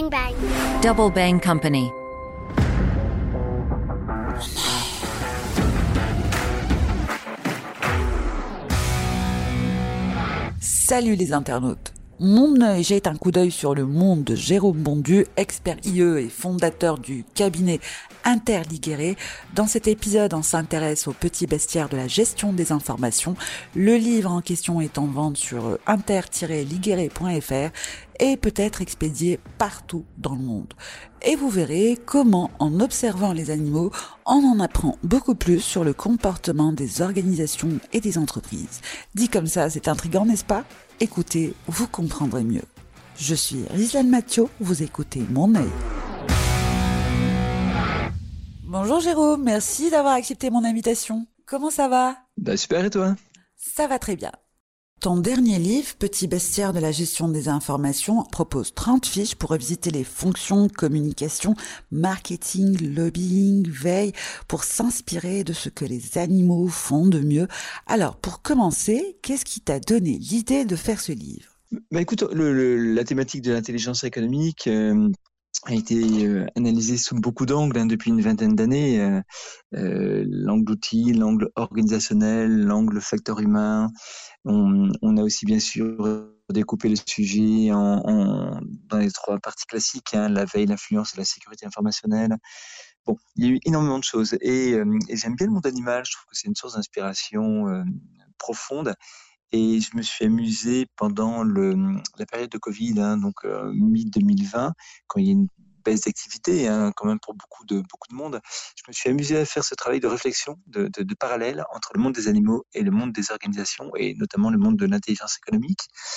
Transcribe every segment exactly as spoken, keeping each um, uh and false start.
Bang Bang. Double Bang Company. Salut les internautes. Mon œil jette un coup d'œil sur le monde de Jérôme Bondu, expert I E et fondateur du cabinet Interliguéré. Dans cet épisode, on s'intéresse au petit bestiaire de la gestion des informations. Le livre en question est en vente sur inter tiret liguéré point f r et peut être expédié partout dans le monde. Et vous verrez comment, en observant les animaux, on en apprend beaucoup plus sur le comportement des organisations et des entreprises. Dit comme ça, c'est intriguant, n'est-ce pas ? Écoutez, vous comprendrez mieux. Je suis Rizlan Mathieu, vous écoutez Mon œil. Bonjour Jérôme, merci d'avoir accepté mon invitation. Comment ça va ? Bah super, et toi ? Ça va très bien. Ton dernier livre, Petit bestiaire de la gestion des informations, propose trente fiches pour revisiter les fonctions, communication, marketing, lobbying, veille, pour s'inspirer de ce que les animaux font de mieux. Alors, pour commencer, qu'est-ce qui t'a donné l'idée de faire ce livre ? Bah écoute, le, le, la thématique de l'intelligence économique euh, a été euh, analysée sous beaucoup d'angles hein, depuis une vingtaine d'années. Euh, euh, l'angle outil, l'angle organisationnel, l'angle facteur humain. On, on a aussi bien sûr découpé le sujet en, en, dans les trois parties classiques, hein, la veille, l'influence et la sécurité informationnelle. Bon, il y a eu énormément de choses et, euh, et j'aime bien le monde animal, je trouve que c'est une source d'inspiration euh, profonde et je me suis amusé pendant le, la période de Covid, hein, donc euh, mi deux mille vingt, quand il y a une baisse d'activité hein, quand même pour beaucoup de, beaucoup de monde, je me suis amusé à faire ce travail de réflexion, de, de, de parallèle entre le monde des animaux et le monde des organisations, et notamment le monde de l'intelligence économique.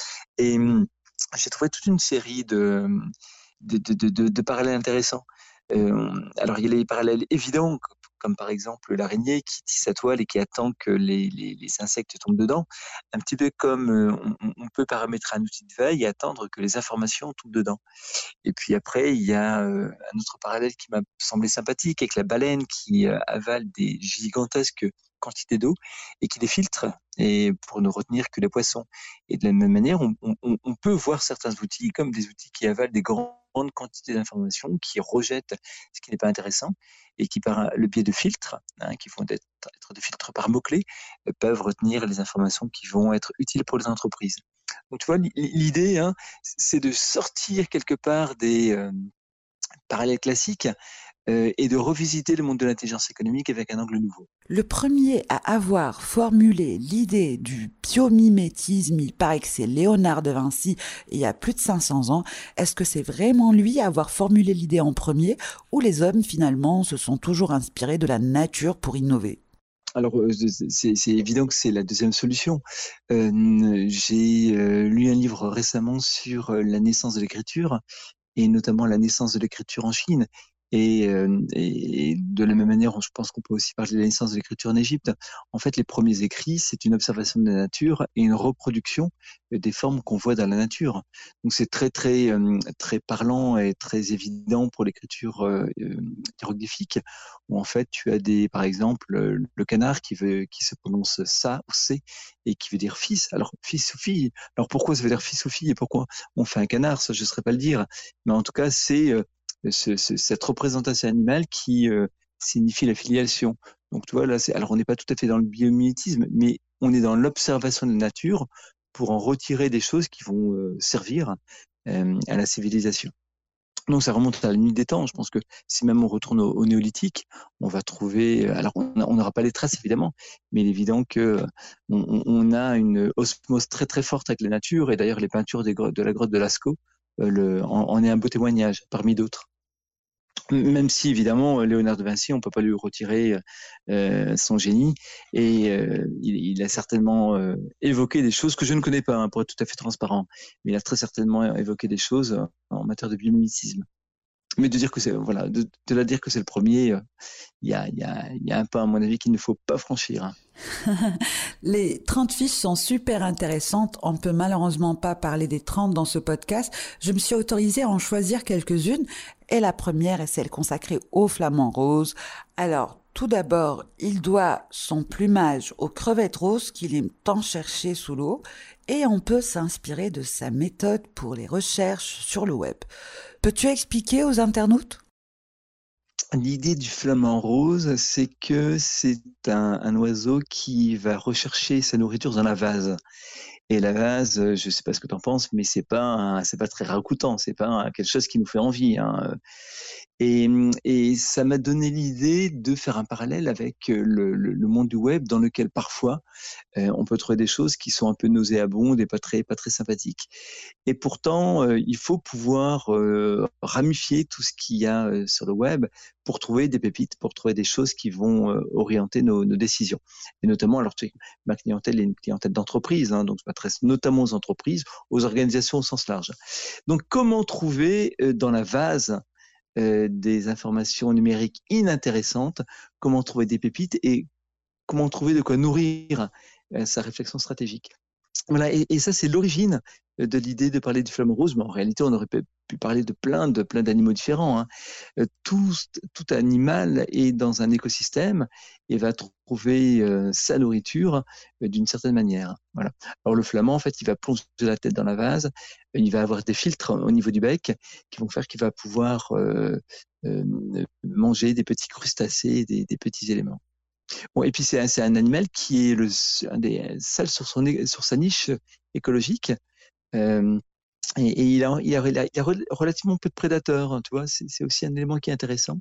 Et hum, j'ai trouvé toute une série de, de, de, de, de, de parallèles intéressants. Euh, alors, il y a les parallèles évidents, comme par exemple l'araignée qui tisse sa toile et qui attend que les, les, les insectes tombent dedans, un petit peu comme euh, on, on peut paramétrer un outil de veille et attendre que les informations tombent dedans. Et puis après, il y a euh, un autre parallèle qui m'a semblé sympathique avec la baleine qui euh, avale des gigantesques quantités d'eau et qui les filtre et pour ne retenir que les poissons. Et de la même manière, on, on, on peut voir certains outils comme des outils qui avalent des grandes quantités d'informations, qui rejettent ce qui n'est pas intéressant et qui, par le biais de filtres, hein, qui vont être, être des filtres par mots-clés, euh, peuvent retenir les informations qui vont être utiles pour les entreprises. Donc tu vois, l'idée, hein, c'est de sortir quelque part des euh, parallèles classiques euh, et de revisiter le monde de l'intelligence économique avec un angle nouveau. Le premier à avoir formulé l'idée du biomimétisme, il paraît que c'est Léonard de Vinci, il y a plus de cinq cents ans. Est-ce que c'est vraiment lui à avoir formulé l'idée en premier, ou les hommes finalement se sont toujours inspirés de la nature pour innover ? Alors, c'est, c'est évident que c'est la deuxième solution. Euh, j'ai euh, lu un livre récemment sur la naissance de l'écriture, et notamment la naissance de l'écriture en Chine. Et, euh, et de la même manière, je pense qu'on peut aussi parler de la naissance de l'écriture en Égypte. En fait, les premiers écrits, c'est une observation de la nature et une reproduction des formes qu'on voit dans la nature. Donc, c'est très, très, très parlant et très évident pour l'écriture euh, hiéroglyphique, où en fait, tu as des, par exemple, le canard qui veut, qui se prononce ça ou c'est et qui veut dire fils. Alors, fils ou fille. Alors, pourquoi ça veut dire fils ou fille et pourquoi on fait un canard? Ça, je ne saurais pas le dire. Mais en tout cas, c'est euh, ce, ce, cette représentation animale qui euh, signifie la filiation. Donc, tu vois, là, c'est, alors on n'est pas tout à fait dans le biomimétisme, mais on est dans l'observation de la nature pour en retirer des choses qui vont euh, servir euh, à la civilisation. Donc, ça remonte à la nuit des temps. Je pense que si même on retourne au, au néolithique, on va trouver. Alors, on n'aura pas les traces évidemment, mais il est évident que on, on a une osmose très très forte avec la nature. Et d'ailleurs, les peintures des grottes, de la grotte de Lascaux euh, le, en, en est un beau témoignage parmi d'autres. Même si évidemment Léonard de Vinci, on peut pas lui retirer euh, son génie, et euh, il, il a certainement euh, évoqué des choses que je ne connais pas, hein, pour être tout à fait transparent, mais il a très certainement évoqué des choses en matière de biomimétisme. Mais de dire que c'est voilà, de, de la dire que c'est le premier, il euh, y a il y a il y a un pas à mon avis qu'il ne faut pas franchir. Hein. Les trente fiches sont super intéressantes. On ne peut malheureusement pas parler des trente dans ce podcast. Je me suis autorisée à en choisir quelques-unes. Et la première est celle consacrée au flamant rose. Alors, tout d'abord, il doit son plumage aux crevettes roses qu'il aime tant chercher sous l'eau. Et on peut s'inspirer de sa méthode pour les recherches sur le web. Peux-tu expliquer aux internautes ? L'idée du flamant rose, c'est que c'est un, un oiseau qui va rechercher sa nourriture dans la vase. Et la vase, je ne sais pas ce que tu en penses, mais c'est pas, un, c'est pas très ragoûtant, c'est pas un, quelque chose qui nous fait envie. Hein. Et, et ça m'a donné l'idée de faire un parallèle avec le, le, le monde du web, dans lequel parfois euh, on peut trouver des choses qui sont un peu nauséabondes et pas très, pas très sympathiques. Et pourtant, euh, il faut pouvoir euh, ramifier tout ce qu'il y a euh, sur le web pour trouver des pépites, pour trouver des choses qui vont euh, orienter nos, nos décisions. Et notamment, alors tu sais, ma clientèle est une clientèle d'entreprise, hein, donc je m'adresse notamment aux entreprises, aux organisations au sens large. Donc, comment trouver euh, dans la vase euh, des informations numériques inintéressantes, comment trouver des pépites et comment trouver de quoi nourrir euh, sa réflexion stratégique. Voilà, et, et ça, c'est l'origine de l'idée de parler du flamant rose, mais en réalité, on aurait pu parler de plein de plein d'animaux différents. Hein. Tout, tout animal est dans un écosystème et va trouver euh, sa nourriture euh, d'une certaine manière. Voilà. Alors le flamand, en fait, il va plonger la tête dans la vase, il va avoir des filtres au niveau du bec qui vont faire qu'il va pouvoir euh, euh, manger des petits crustacés, des, des petits éléments. Bon, et puis c'est un, c'est un animal qui est le, un des seuls sur, son, sur sa niche écologique. Euh, et, et il, a, il, a, il a relativement peu de prédateurs, tu vois. C'est, c'est aussi un élément qui est intéressant.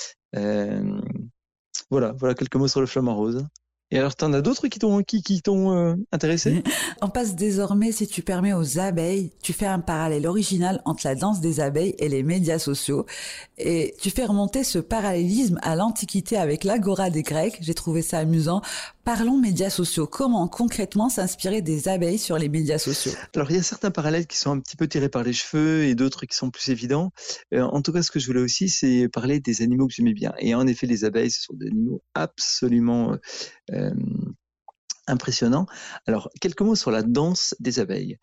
Euh, voilà, voilà quelques mots sur le flamant rose. Et alors, t'en as d'autres qui t'ont, qui, qui t'ont euh, intéressé ? On passe désormais, si tu permets, aux abeilles. Tu fais un parallèle original entre la danse des abeilles et les médias sociaux. Et tu fais remonter ce parallélisme à l'Antiquité avec l'agora des Grecs. J'ai trouvé ça amusant. Parlons médias sociaux. Comment concrètement s'inspirer des abeilles sur les médias sociaux ? Alors, il y a certains parallèles qui sont un petit peu tirés par les cheveux et d'autres qui sont plus évidents. Euh, en tout cas, ce que je voulais aussi, c'est parler des animaux que j'aimais bien. Et en effet, les abeilles, ce sont des animaux absolument euh, impressionnants. Alors, quelques mots sur la danse des abeilles.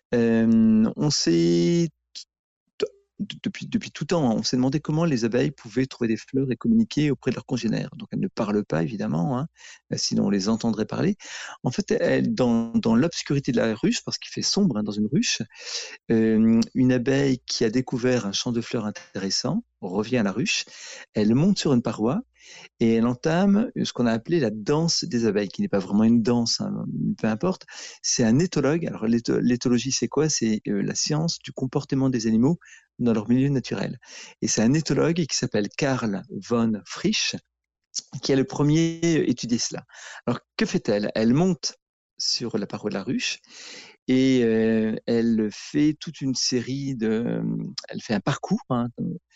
Euh, on sait Depuis, depuis tout temps, on s'est demandé comment les abeilles pouvaient trouver des fleurs et communiquer auprès de leurs congénères. Donc, elles ne parlent pas, évidemment, hein, sinon on les entendrait parler. En fait, elles, dans, dans l'obscurité de la ruche, parce qu'il fait sombre hein, dans une ruche, euh, une abeille qui a découvert un champ de fleurs intéressant revient à la ruche, elle monte sur une paroi et elle entame ce qu'on a appelé la danse des abeilles, qui n'est pas vraiment une danse, hein, peu importe. C'est un éthologue. Alors, l'éthologie, c'est quoi ? C'est euh, la science du comportement des animaux dans leur milieu naturel. Et c'est un éthologue qui s'appelle Karl von Frisch qui a le premier étudié cela. Alors, que fait-elle ? Elle monte sur la paroi de la ruche et euh, elle fait toute une série de... Elle fait un parcours hein,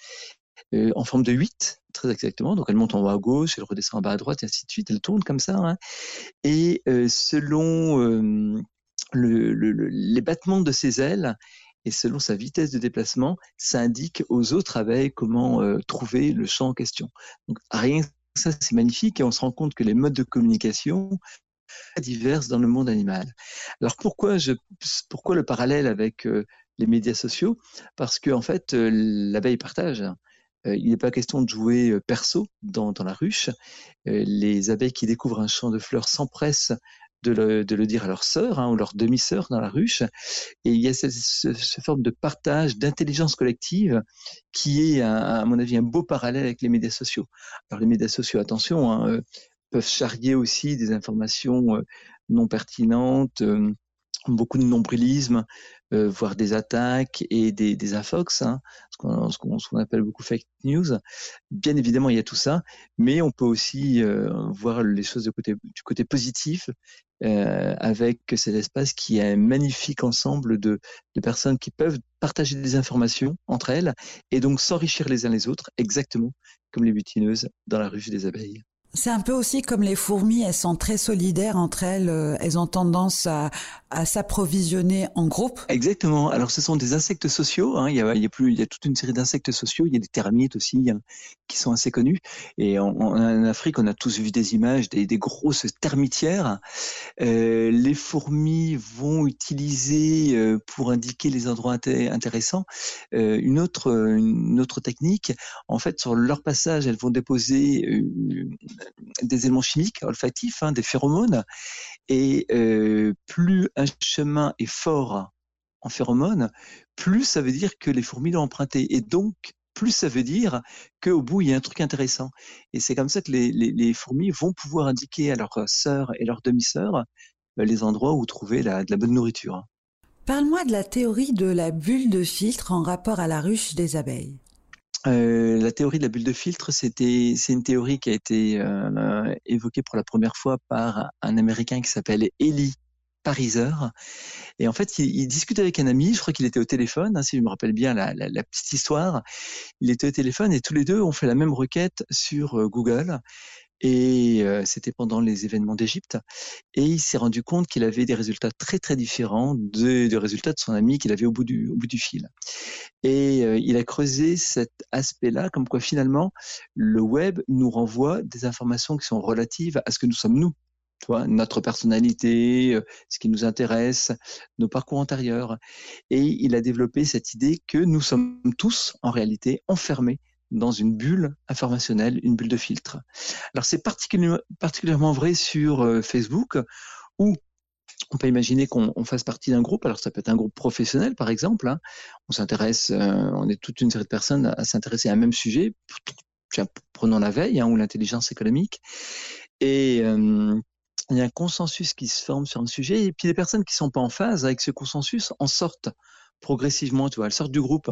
euh, en forme de huit, très exactement. Donc, elle monte en haut à gauche, elle redescend en bas à droite, et ainsi de suite. Elle tourne comme ça. Hein. Et euh, selon euh, le, le, le, les battements de ses ailes, et selon sa vitesse de déplacement, ça indique aux autres abeilles comment euh, trouver le champ en question. Donc, rien que ça, c'est magnifique et on se rend compte que les modes de communication sont divers dans le monde animal. Alors, pourquoi, je, pourquoi le parallèle avec euh, les médias sociaux ? Parce qu'en en fait, euh, l'abeille partage. Euh, il n'est pas question de jouer euh, perso dans, dans la ruche. Euh, les abeilles qui découvrent un champ de fleurs s'empressent de le, de le dire à leur sœur hein, ou leur demi-sœur dans la ruche. Et il y a cette, cette, cette forme de partage, d'intelligence collective qui est, à, à mon avis, un beau parallèle avec les médias sociaux. Alors les médias sociaux, attention, hein, euh, peuvent charrier aussi des informations euh, non pertinentes, euh, beaucoup de nombrilisme, euh, voire des attaques et des, des infox, hein, ce, qu'on, ce, qu'on, ce qu'on appelle beaucoup fake news. Bien évidemment, il y a tout ça, mais on peut aussi euh, voir les choses du côté, du côté positif euh, avec cet espace qui est un magnifique ensemble de, de personnes qui peuvent partager des informations entre elles et donc s'enrichir les uns les autres, exactement comme les butineuses dans la ruche des abeilles. C'est un peu aussi comme les fourmis, elles sont très solidaires entre elles, elles ont tendance à, à s'approvisionner en groupe. Exactement. Alors, ce sont des insectes sociaux. Hein. Il y a, il y a plus, il y a toute une série d'insectes sociaux. Il y a des termites aussi hein, qui sont assez connus. Et en, en Afrique, on a tous vu des images des, des grosses termitières. Euh, les fourmis vont utiliser euh, pour indiquer les endroits inté- intéressants euh, une autre, une autre technique. En fait, sur leur passage, elles vont déposer euh, des éléments chimiques olfactifs, hein, des phéromones. Et euh, plus un chemin est fort en phéromones, plus ça veut dire que les fourmis l'ont emprunté. Et donc, plus ça veut dire qu'au bout, il y a un truc intéressant. Et c'est comme ça que les, les, les fourmis vont pouvoir indiquer à leurs sœurs et leurs demi-sœurs les endroits où trouver la, de la bonne nourriture. Parle-moi de la théorie de la bulle de filtre en rapport à la ruche des abeilles. Euh, la théorie de la bulle de filtre, c'était, c'est une théorie qui a été euh, évoquée pour la première fois par un Américain qui s'appelle Eli Pariser. Et en fait, il, il discute avec un ami, je crois qu'il était au téléphone, hein, si je me rappelle bien la, la, la petite histoire. Il était au téléphone et tous les deux ont fait la même requête sur euh, Google. Et euh, c'était pendant les événements d'Égypte. Et il s'est rendu compte qu'il avait des résultats très très différents de- des résultats de son ami qu'il avait au bout du, au bout du fil. Et euh, il a creusé cet aspect-là, comme quoi finalement, le web nous renvoie des informations qui sont relatives à ce que nous sommes nous. Tu vois, notre personnalité, euh, ce qui nous intéresse, nos parcours antérieurs. Et il a développé cette idée que nous sommes tous, en réalité, enfermés dans une bulle informationnelle, une bulle de filtre. Alors c'est particulièrement, particulièrement vrai sur euh, Facebook, où on peut imaginer qu'on on fasse partie d'un groupe. Alors ça peut être un groupe professionnel, par exemple. Hein. On s'intéresse, euh, on est toute une série de personnes à, à s'intéresser à un même sujet. Tiens, prenons la veille hein, ou l'intelligence économique. Et euh, il y a un consensus qui se forme sur un sujet. Et puis les personnes qui sont pas en phase avec ce consensus en sortent progressivement. Tu vois, elles sortent du groupe.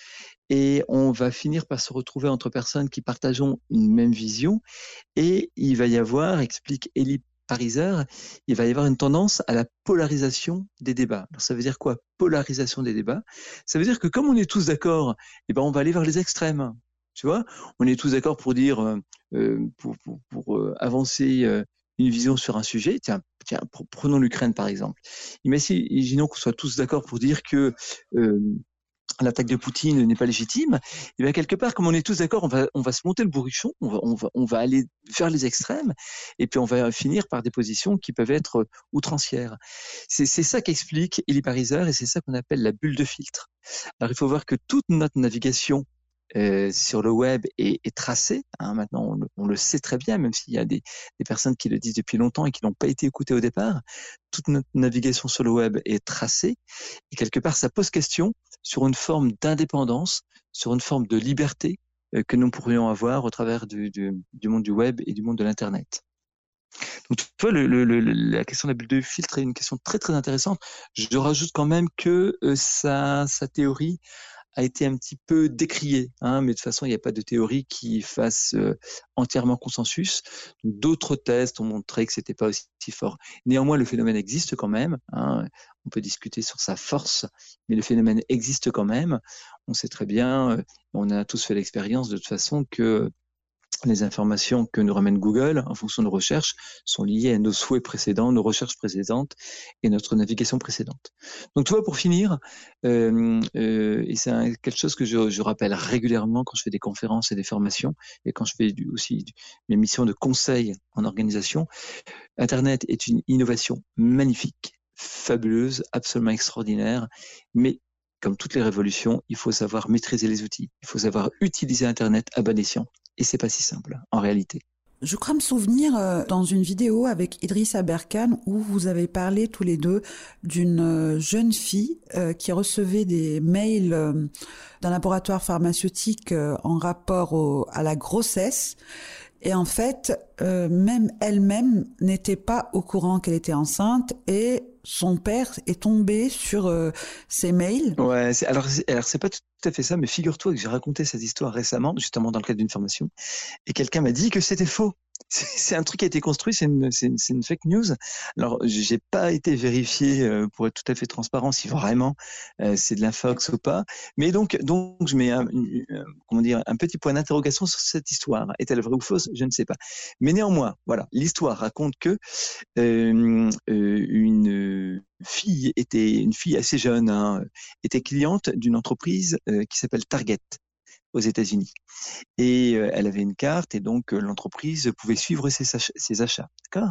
Et on va finir par se retrouver entre personnes qui partageons une même vision. Et il va y avoir, explique Eli Pariser, il va y avoir une tendance à la polarisation des débats. Alors ça veut dire quoi, polarisation des débats? Ça veut dire que comme on est tous d'accord, eh ben on va aller vers les extrêmes. Tu vois, on est tous d'accord pour dire, euh, pour, pour, pour euh, avancer euh, une vision sur un sujet. Tiens, tiens, prenons l'Ukraine par exemple. Imaginons qu'on soit tous d'accord pour dire que euh, l'attaque de Poutine n'est pas légitime, et bien quelque part, comme on est tous d'accord, on va, on va se monter le bourrichon, on va, on va, on va aller vers les extrêmes, et puis on va finir par des positions qui peuvent être outrancières. C'est, c'est ça qu'explique Eli Pariser, et c'est ça qu'on appelle la bulle de filtre. Alors il faut voir que toute notre navigation euh, sur le web est, est tracée. Hein, maintenant, on le, on le sait très bien, même s'il y a des, des personnes qui le disent depuis longtemps et qui n'ont pas été écoutées au départ. Toute notre navigation sur le web est tracée, et quelque part, ça pose question sur une forme d'indépendance, sur une forme de liberté euh, que nous pourrions avoir au travers du, du, du monde du web et du monde de l'Internet. Donc, tu vois, le, le, le, la question de la bulle de filtre est une question très très intéressante. Je rajoute quand même que euh, sa, sa théorie a été un petit peu décriée, hein, mais de toute façon, il n'y a pas de théorie qui fasse euh, entièrement consensus. D'autres tests ont montré que c'était pas aussi fort. Néanmoins, le phénomène existe quand même. Hein. On peut discuter sur sa force, mais le phénomène existe quand même. On sait très bien, euh, on a tous fait l'expérience de toute façon que les informations que nous ramène Google en fonction de nos recherches sont liées à nos souhaits précédents, nos recherches précédentes et notre navigation précédente. Donc, tu vois, pour finir, euh, euh, et c'est un, quelque chose que je, je rappelle régulièrement quand je fais des conférences et des formations et quand je fais du, aussi du, mes missions de conseil en organisation, Internet est une innovation magnifique, fabuleuse, absolument extraordinaire, mais comme toutes les révolutions, il faut savoir maîtriser les outils, il faut savoir utiliser Internet à bon escient. Et c'est pas si simple, en réalité. Je crois me souvenir euh, dans une vidéo avec Idriss Aberkan où vous avez parlé tous les deux d'une euh, jeune fille euh, qui recevait des mails euh, d'un laboratoire pharmaceutique euh, en rapport au, à la grossesse. Et en fait, euh, même elle-même n'était pas au courant qu'elle était enceinte et son père est tombé sur euh, ses mails. Ouais, c'est, alors, c'est, alors c'est pas tout à fait ça, mais figure-toi que j'ai raconté cette histoire récemment, justement dans le cadre d'une formation, et quelqu'un m'a dit que c'était faux. C'est, c'est un truc qui a été construit, c'est une, c'est une, c'est une fake news. Alors, j'ai pas été vérifié euh, pour être tout à fait transparent si vraiment euh, c'est de l'infox ou pas. Mais donc, donc je mets un, une, un, comment dire, un petit point d'interrogation sur cette histoire. Est-elle vraie ou fausse? Je ne sais pas. Mais néanmoins, voilà, l'histoire raconte que euh, euh, une fille était une fille assez jeune, hein, était cliente d'une entreprise euh, qui s'appelle Target aux États-Unis. Et euh, elle avait une carte et donc euh, l'entreprise pouvait suivre ses, ses achats. D'accord.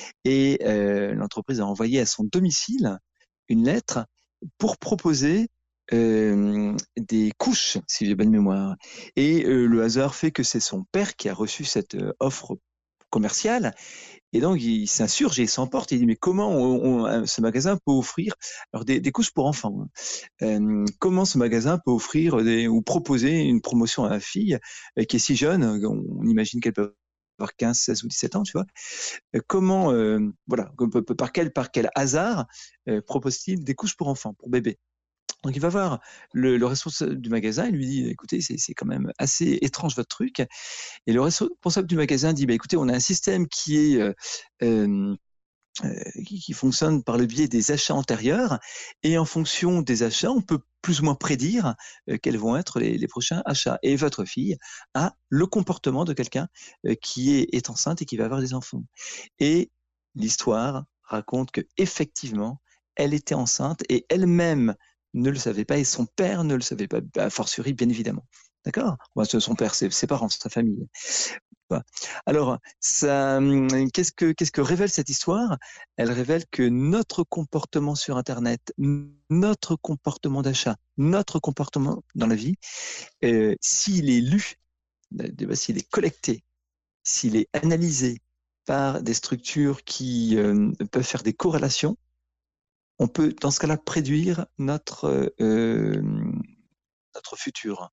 Et euh, l'entreprise a envoyé à son domicile une lettre pour proposer euh, des couches, si j'ai bonne mémoire. Et euh, le hasard fait que c'est son père qui a reçu cette euh, offre commerciale. Et donc, il s'insurge et il s'emporte. Il dit, mais comment on, on, ce magasin peut offrir alors des, des couches pour enfants, hein. euh, Comment ce magasin peut offrir des, ou proposer une promotion à la fille euh, qui est si jeune, on imagine qu'elle peut avoir quinze, seize ou dix-sept ans, tu vois. Euh, comment, euh, voilà, par quel, par quel hasard euh, propose-t-il des couches pour enfants, pour bébés? Donc il va voir le, le responsable du magasin et lui dit, écoutez, c'est, c'est quand même assez étrange votre truc. Et le responsable du magasin dit, bah, écoutez, on a un système qui est euh, euh, qui, qui fonctionne par le biais des achats antérieurs, et en fonction des achats, on peut plus ou moins prédire euh, quels vont être les, les prochains achats. Et votre fille a le comportement de quelqu'un euh, qui est, est enceinte et qui va avoir des enfants. Et l'histoire raconte que effectivement, elle était enceinte et elle-même ne le savait pas et son père ne le savait pas, a fortiori bien évidemment. D'accord? Bon, son père, ses, ses parents, sa famille. Alors, ça, qu'est-ce que, qu'est-ce que révèle cette histoire? Elle révèle que notre comportement sur Internet, notre comportement d'achat, notre comportement dans la vie, euh, s'il est lu, s'il est collecté, s'il est analysé par des structures qui euh, peuvent faire des corrélations, on peut, dans ce cas-là, prédire notre, euh, notre futur.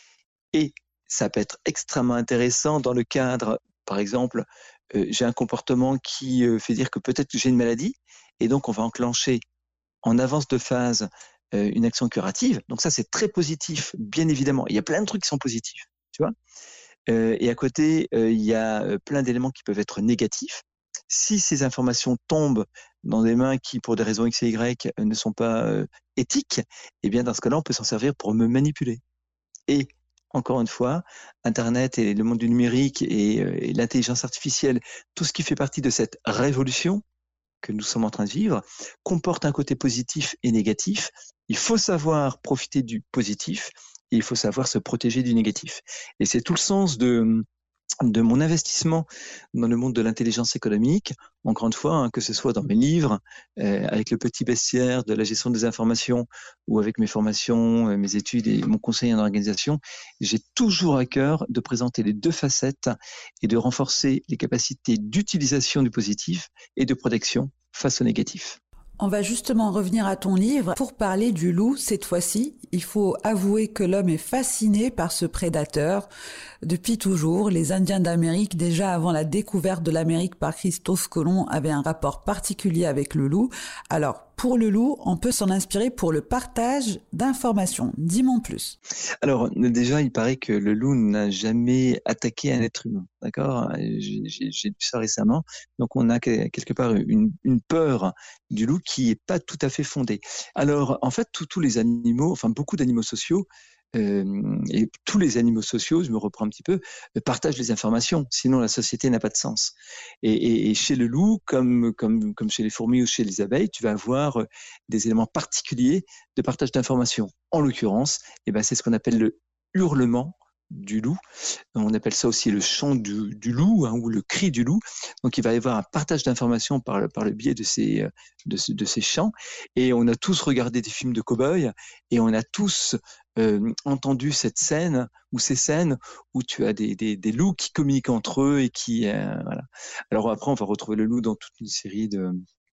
Et ça peut être extrêmement intéressant dans le cadre, par exemple, euh, j'ai un comportement qui euh, fait dire que peut-être que j'ai une maladie, et donc on va enclencher en avance de phase euh, une action curative. Donc ça, c'est très positif, bien évidemment. Il y a plein de trucs qui sont positifs, tu vois. Euh, et à côté, euh, il y a euh, plein d'éléments qui peuvent être négatifs. Si ces informations tombent dans des mains qui, pour des raisons X et Y, ne sont pas euh, éthiques, eh bien, dans ce cas-là, on peut s'en servir pour me manipuler. Et encore une fois, Internet et le monde du numérique et, et l'intelligence artificielle, tout ce qui fait partie de cette révolution que nous sommes en train de vivre, comporte un côté positif et négatif. Il faut savoir profiter du positif et il faut savoir se protéger du négatif. Et c'est tout le sens de, de mon investissement dans le monde de l'intelligence économique, encore une fois, hein, que ce soit dans mes livres, euh, avec le petit bestiaire de la gestion des informations, ou avec mes formations, euh, mes études et mon conseil en organisation, j'ai toujours à cœur de présenter les deux facettes et de renforcer les capacités d'utilisation du positif et de protection face au négatif. On va justement revenir à ton livre pour parler du loup cette fois-ci. Il faut avouer que l'homme est fasciné par ce prédateur depuis toujours. Les Indiens d'Amérique, déjà avant la découverte de l'Amérique par Christophe Colomb, avaient un rapport particulier avec le loup. Alors, pour le loup, on peut s'en inspirer pour le partage d'informations. Dis-moi en plus. Alors, déjà, il paraît que le loup n'a jamais attaqué un être humain. D'accord? J'ai, j'ai, j'ai lu ça récemment. Donc, on a quelque part une, une peur du loup qui est pas tout à fait fondée. Alors, en fait, tous les animaux, enfin, beaucoup d'animaux sociaux, Euh, et tous les animaux sociaux, je me reprends un petit peu, partagent les informations. Sinon, la société n'a pas de sens. Et, et, et chez le loup, comme, comme, comme chez les fourmis ou chez les abeilles, tu vas avoir des éléments particuliers de partage d'informations. En l'occurrence, eh ben, c'est ce qu'on appelle le hurlement du loup. On appelle ça aussi le chant du, du loup, hein, ou le cri du loup. Donc, il va y avoir un partage d'informations par le, par le biais de ces, de, de ces chants. Et on a tous regardé des films de cow-boys et on a tous euh, entendu cette scène ou ces scènes où tu as des, des, des loups qui communiquent entre eux et qui... Euh, voilà. Alors après, on va retrouver le loup dans toute une série de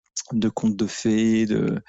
de contes de fées, de,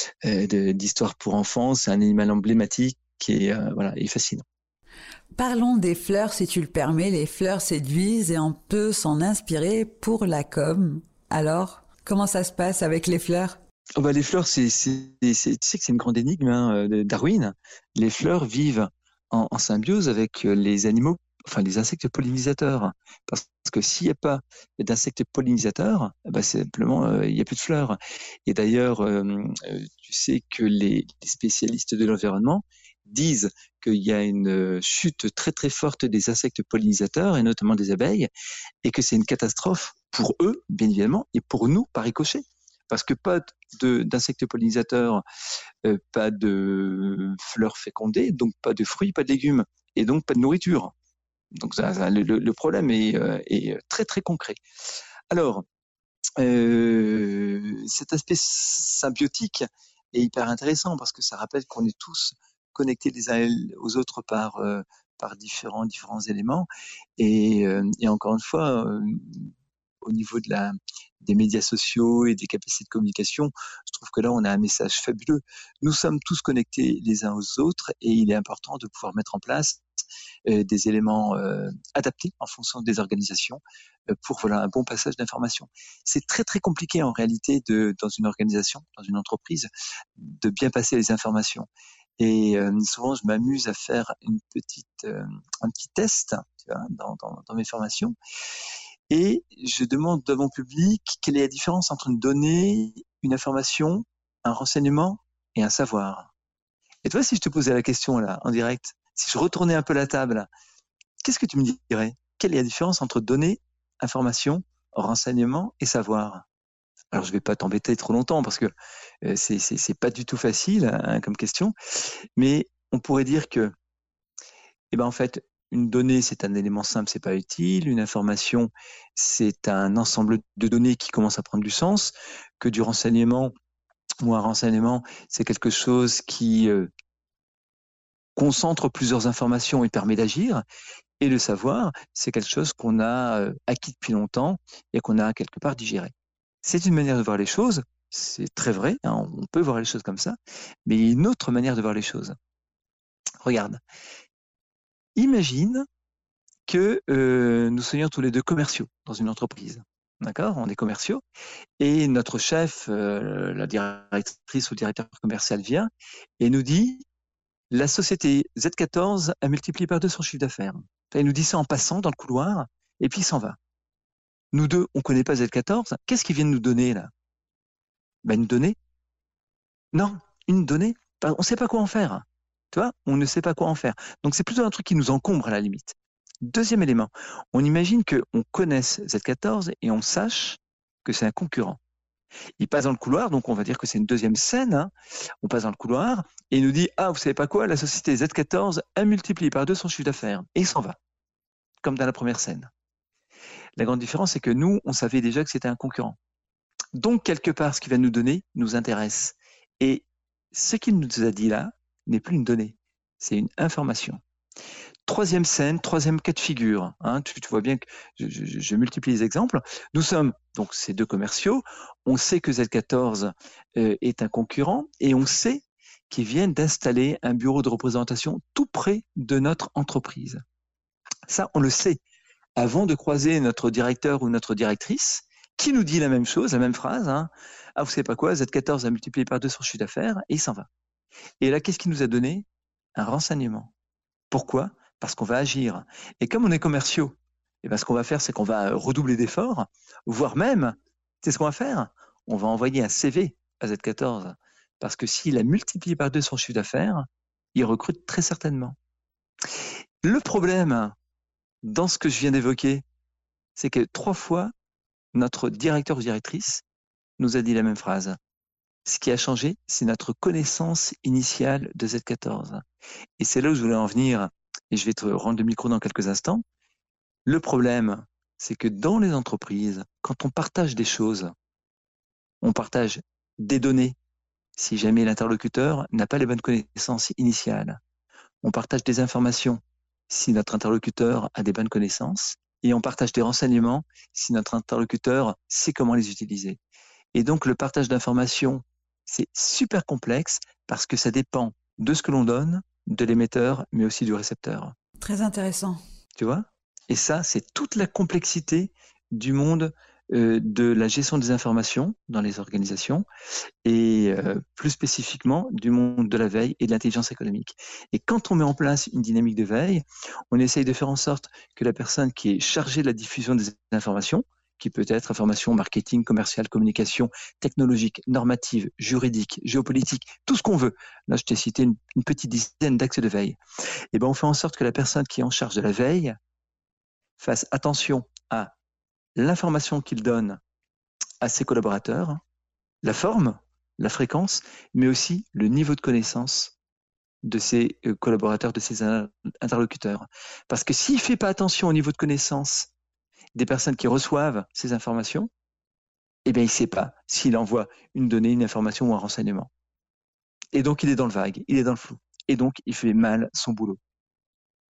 de d'histoires pour enfants. C'est un animal emblématique qui est, euh, voilà, est fascinant. Parlons des fleurs, si tu le permets. Les fleurs séduisent et on peut s'en inspirer pour la com. Alors, comment ça se passe avec les fleurs? Oh bah les fleurs, c'est, c'est, c'est, tu sais que c'est une grande énigme, hein, de Darwin. Les fleurs vivent en, en symbiose avec les animaux, enfin les insectes pollinisateurs. Parce que s'il n'y a pas d'insectes pollinisateurs, bah simplement euh, il n'y a plus de fleurs. Et d'ailleurs, euh, tu sais que les, les spécialistes de l'environnement disent qu'il y a une chute très très forte des insectes pollinisateurs et notamment des abeilles, et que c'est une catastrophe pour eux, bien évidemment, et pour nous par ricochet. Parce que pas de, d'insectes pollinisateurs, euh, pas de fleurs fécondées, donc pas de fruits, pas de légumes, et donc pas de nourriture. Donc ça, ça, le, le problème est, euh, est très très concret. Alors, euh, cet aspect symbiotique est hyper intéressant parce que ça rappelle qu'on est tous connectés les uns aux autres par, euh, par différents, différents éléments. Et, euh, et encore une fois, euh, au niveau de la, des médias sociaux et des capacités de communication, je trouve que là, on a un message fabuleux. Nous sommes tous connectés les uns aux autres et il est important de pouvoir mettre en place euh, des éléments euh, adaptés en fonction des organisations euh, pour voilà, un bon passage d'informations. C'est très, très compliqué en réalité de, dans une organisation, dans une entreprise, de bien passer les informations. Et euh, souvent, je m'amuse à faire une petite, euh, un petit test tu vois, dans, dans, dans mes formations. Et je demande à mon public quelle est la différence entre une donnée, une information, un renseignement et un savoir. Et toi, si je te posais la question là, en direct, si je retournais un peu la table, qu'est-ce que tu me dirais? Quelle est la différence entre données, information, renseignement et savoir? Alors, je ne vais pas t'embêter trop longtemps parce que euh, c'est, c'est, c'est pas du tout facile hein, comme question, mais on pourrait dire que, eh ben, en fait, une donnée, c'est un élément simple, c'est pas utile. Une information, c'est un ensemble de données qui commence à prendre du sens. Que du renseignement ou un renseignement, c'est quelque chose qui euh, concentre plusieurs informations et permet d'agir. Et le savoir, c'est quelque chose qu'on a euh, acquis depuis longtemps et qu'on a quelque part digéré. C'est une manière de voir les choses, c'est très vrai, hein, on peut voir les choses comme ça, mais il y a une autre manière de voir les choses. Regarde, imagine que euh, nous soyons tous les deux commerciaux dans une entreprise. D'accord? On est commerciaux. Et notre chef, euh, la directrice ou le directeur commercial vient et nous dit la société Z quatorze a multiplié par deux son chiffre d'affaires. Il nous dit ça en passant dans le couloir et puis il s'en va. Nous deux, on ne connaît pas Z quatorze. Qu'est-ce qu'il vient de nous donner là? Ben, une donnée? Non, une donnée. On ne sait pas quoi en faire. Tu vois? On ne sait pas quoi en faire. Donc c'est plutôt un truc qui nous encombre à la limite. Deuxième élément, on imagine qu'on connaisse Z quatorze et on sache que c'est un concurrent. Il passe dans le couloir, donc on va dire que c'est une deuxième scène. Hein. On passe dans le couloir et il nous dit « Ah, vous savez pas quoi, la société Z quatorze a multiplié par deux son chiffre d'affaires. » Et il s'en va, comme dans la première scène. La grande différence, c'est que nous, on savait déjà que c'était un concurrent. Donc, quelque part, ce qu'il va nous donner nous intéresse. Et ce qu'il nous a dit là n'est plus une donnée, c'est une information. Troisième scène, troisième cas de figure. Hein, tu, tu vois bien que je, je, je multiplie les exemples. Nous sommes donc ces deux commerciaux. On sait que Z quatorze euh, est un concurrent et on sait qu'ils viennent d'installer un bureau de représentation tout près de notre entreprise. Ça, on le sait avant de croiser notre directeur ou notre directrice qui nous dit la même chose, la même phrase. Hein. Ah, vous savez pas quoi, Z quatorze a multiplié par deux son chiffre d'affaires et il s'en va. Et là, qu'est-ce qu'il nous a donné? Un renseignement. Pourquoi? Parce qu'on va agir. Et comme on est commerciaux, et ben ce qu'on va faire, c'est qu'on va redoubler d'efforts, voire même, c'est ce qu'on va faire, on va envoyer un C V à Z quatorze. Parce que s'il a multiplié par deux son chiffre d'affaires, il recrute très certainement. Le problème, dans ce que je viens d'évoquer, c'est que trois fois, notre directeur ou directrice nous a dit la même phrase. Ce qui a changé, c'est notre connaissance initiale de Z quatorze. Et c'est là où je voulais en venir, et je vais te rendre le micro dans quelques instants. Le problème, c'est que dans les entreprises, quand on partage des choses, on partage des données, si jamais l'interlocuteur n'a pas les bonnes connaissances initiales. On partage des informations, si notre interlocuteur a des bonnes connaissances, et on partage des renseignements, si notre interlocuteur sait comment les utiliser. Et donc, le partage d'informations, c'est super complexe parce que ça dépend de ce que l'on donne, de l'émetteur, mais aussi du récepteur. Très intéressant. Tu vois? Et ça, c'est toute la complexité du monde euh, de la gestion des informations dans les organisations et euh, plus spécifiquement du monde de la veille et de l'intelligence économique. Et quand on met en place une dynamique de veille, on essaye de faire en sorte que la personne qui est chargée de la diffusion des informations, qui peut être information, marketing, commercial, communication, technologique, normative, juridique, géopolitique, tout ce qu'on veut. Là, je t'ai cité une, une petite dizaine d'axes de veille. Et ben, on fait en sorte que la personne qui est en charge de la veille fasse attention à l'information qu'il donne à ses collaborateurs, la forme, la fréquence, mais aussi le niveau de connaissance de ses collaborateurs, de ses interlocuteurs. Parce que s'il ne fait pas attention au niveau de connaissance des personnes qui reçoivent ces informations, eh bien, il ne sait pas s'il envoie une donnée, une information ou un renseignement. Et donc, il est dans le vague, il est dans le flou. Et donc, il fait mal son boulot.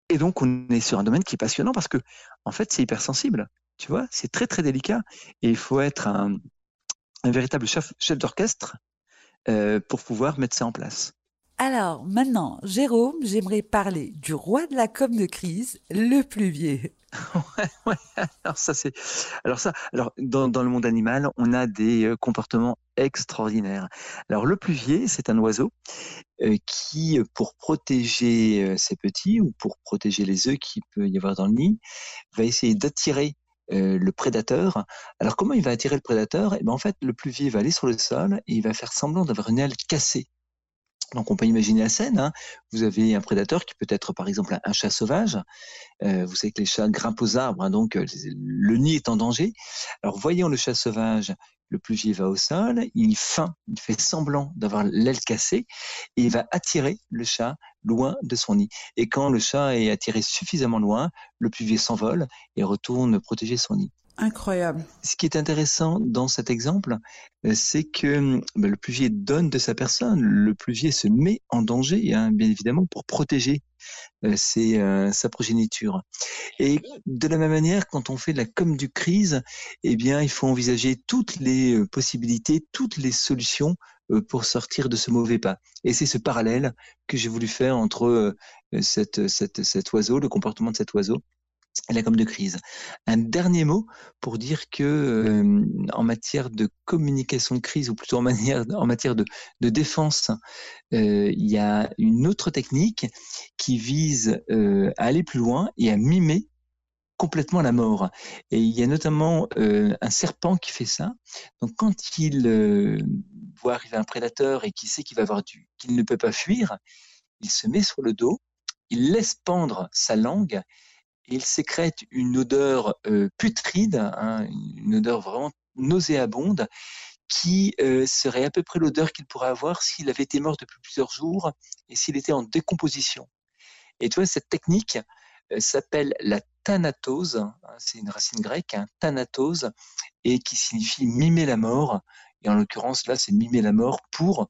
Et donc, on est sur un domaine qui est passionnant parce que, en fait, c'est hypersensible. Tu vois, c'est très, très délicat. Et il faut être un, un véritable chef, chef d'orchestre euh, pour pouvoir mettre ça en place. Alors maintenant, Jérôme, j'aimerais parler du roi de la com de crise, le pluvier. Ouais, ouais. Alors ça, c'est, alors ça, alors dans, dans le monde animal, on a des euh, comportements extraordinaires. Alors le pluvier, c'est un oiseau euh, qui, pour protéger euh, ses petits ou pour protéger les œufs qu'il peut y avoir dans le nid, va essayer d'attirer euh, le prédateur. Alors comment il va attirer le prédateur? Eh ben, en fait, le pluvier va aller sur le sol et il va faire semblant d'avoir une aile cassée. Donc on peut imaginer la scène, hein. Vous avez un prédateur qui peut être par exemple un, un chat sauvage. Euh, vous savez que les chats grimpent aux arbres, hein, donc euh, le nid est en danger. Alors voyant le chat sauvage, le pluvier va au sol, il feint, il fait semblant d'avoir l'aile cassée et il va attirer le chat loin de son nid. Et quand le chat est attiré suffisamment loin, le pluvier s'envole et retourne protéger son nid. Incroyable. Ce qui est intéressant dans cet exemple, euh, c'est que ben, le pluvier donne de sa personne, le pluvier se met en danger, hein, bien évidemment, pour protéger euh, ses, euh, sa progéniture. Et de la même manière, quand on fait de la com du crise, eh bien, il faut envisager toutes les euh, possibilités, toutes les solutions euh, pour sortir de ce mauvais pas. Et c'est ce parallèle que j'ai voulu faire entre euh, cette, cette, cet oiseau, le comportement de cet oiseau, et la com de crise. Un dernier mot pour dire que euh, en matière de communication de crise, ou plutôt en, manière, en matière de, de défense, euh, il y a une autre technique qui vise euh, à aller plus loin et à mimer complètement la mort. Et il y a notamment euh, un serpent qui fait ça. Donc quand il euh, voit arriver un prédateur et qu'il sait qu'il va avoir du, qu'il ne peut pas fuir, il se met sur le dos, il laisse pendre sa langue et il sécrète une odeur euh, putride, hein, une odeur vraiment nauséabonde, qui euh, serait à peu près l'odeur qu'il pourrait avoir s'il avait été mort depuis plusieurs jours et s'il était en décomposition. Et tu vois, cette technique euh, s'appelle la thanatose, hein, c'est une racine grecque, hein, thanatose, et qui signifie mimer la mort. Et en l'occurrence, là, c'est mimer la mort pour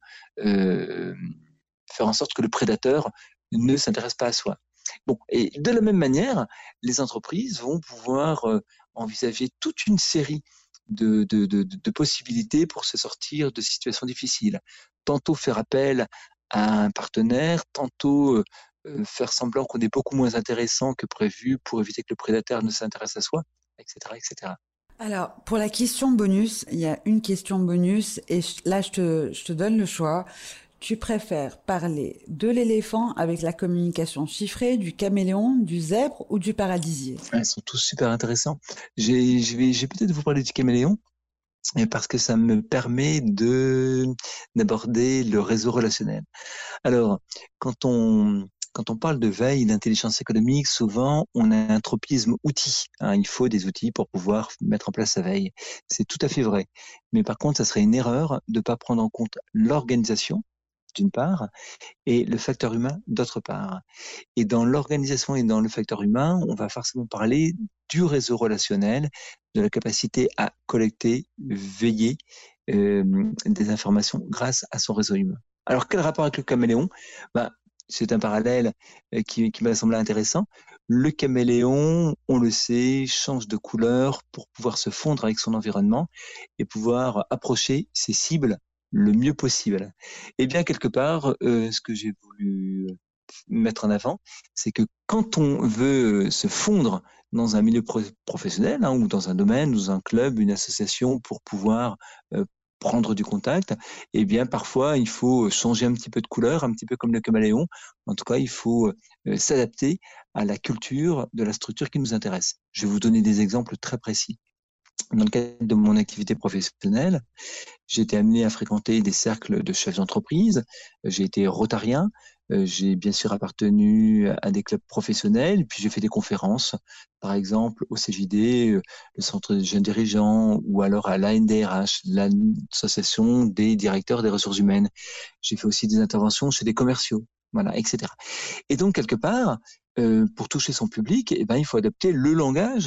euh, faire en sorte que le prédateur ne s'intéresse pas à soi. Bon, et de la même manière, les entreprises vont pouvoir euh, envisager toute une série de, de, de, de possibilités pour se sortir de situations difficiles. Tantôt faire appel à un partenaire, tantôt euh, euh, faire semblant qu'on est beaucoup moins intéressant que prévu pour éviter que le prédateur ne s'intéresse à soi, et cetera, et cetera. Alors, pour la question bonus, il y a une question bonus et je- là, je te, je te donne le choix. Tu préfères parler de l'éléphant avec la communication chiffrée, du caméléon, du zèbre ou du paradisier? Ils sont tous super intéressants. J'ai, je vais, je vais peut-être vous parler du caméléon parce que ça me permet de d'aborder le réseau relationnel. Alors, quand on quand on parle de veille, d'intelligence économique, souvent on a un tropisme outil. Hein, il faut des outils pour pouvoir mettre en place sa veille. C'est tout à fait vrai. Mais par contre, ça serait une erreur de ne pas prendre en compte l'organisation, d'une part, et le facteur humain, d'autre part. Et dans l'organisation et dans le facteur humain, on va forcément parler du réseau relationnel, de la capacité à collecter, veiller euh, des informations grâce à son réseau humain. Alors, quel rapport avec le caméléon? Ben, c'est un parallèle euh, qui, qui m'a semblé intéressant. Le caméléon, on le sait, change de couleur pour pouvoir se fondre avec son environnement et pouvoir approcher ses cibles le mieux possible. Et bien, quelque part, euh, ce que j'ai voulu mettre en avant, c'est que quand on veut se fondre dans un milieu pro- professionnel, hein, ou dans un domaine, dans un club, une association, pour pouvoir euh, prendre du contact, eh bien parfois il faut changer un petit peu de couleur, un petit peu comme le caméléon. En tout cas, il faut euh, s'adapter à la culture de la structure qui nous intéresse. Je vais vous donner des exemples très précis. Dans le cadre de mon activité professionnelle, j'ai été amené à fréquenter des cercles de chefs d'entreprise. J'ai été rotarien. J'ai bien sûr appartenu à des clubs professionnels. Puis j'ai fait des conférences, par exemple au C J D, le Centre des jeunes dirigeants, ou alors à l'A N D R H, l'Association des directeurs des ressources humaines. J'ai fait aussi des interventions chez des commerciaux, voilà, et cetera. Et donc quelque part, euh, pour toucher son public, eh ben, il faut adapter le langage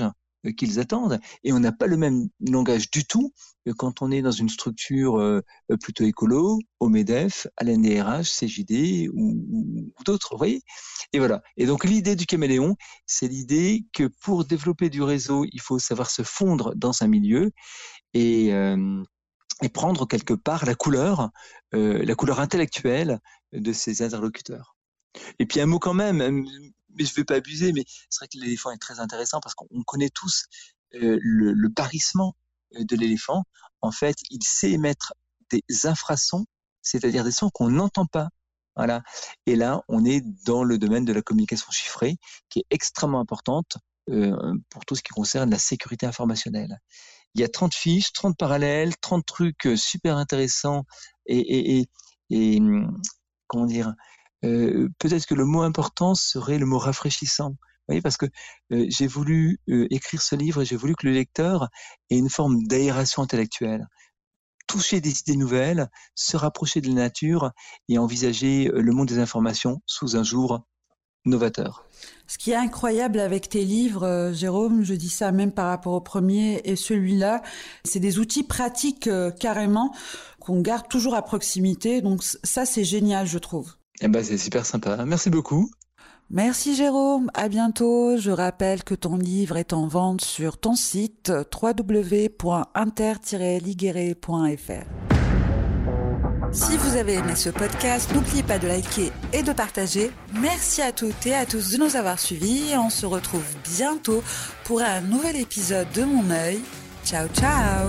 euh, qu'ils attendent. Et on n'a pas le même langage du tout que quand on est dans une structure euh, plutôt écolo, au MEDEF, à l'N D R H, C J D ou, ou, ou d'autres, vous voyez. Et voilà. Et donc l'idée du caméléon, c'est l'idée que pour développer du réseau, il faut savoir se fondre dans un milieu et euh, et prendre quelque part la couleur, euh, la couleur intellectuelle de ses interlocuteurs. Et puis un mot quand même, mais je ne vais pas abuser, mais c'est vrai que l'éléphant est très intéressant parce qu'on connaît tous euh, le, le parissement de l'éléphant. En fait, il sait émettre des infrasons, c'est-à-dire des sons qu'on n'entend pas. Voilà. Et là, on est dans le domaine de la communication chiffrée, qui est extrêmement importante euh, pour tout ce qui concerne la sécurité informationnelle. Il y a trente fiches, trente parallèles, trente trucs super intéressants et, et, et, et comment dire, euh, peut-être que le mot important serait le mot rafraîchissant. Vous voyez, parce que euh, j'ai voulu euh, écrire ce livre et j'ai voulu que le lecteur ait une forme d'aération intellectuelle, toucher des idées nouvelles, se rapprocher de la nature et envisager le monde des informations sous un jour novateur. Ce qui est incroyable avec tes livres, euh, Jérôme, je dis ça même par rapport au premier et celui-là, c'est des outils pratiques euh, carrément qu'on garde toujours à proximité. Donc ça, c'est génial, je trouve. Eh ben, c'est super sympa. Merci beaucoup. Merci Jérôme, à bientôt. Je rappelle que ton livre est en vente sur ton site w w w point inter tiret ligueret point f r. Si vous avez aimé ce podcast, n'oubliez pas de liker et de partager. Merci à toutes et à tous de nous avoir suivis et on se retrouve bientôt pour un nouvel épisode de Mon œil. Ciao, ciao.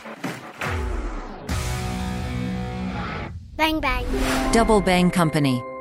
Bang Bang. Double Bang Company.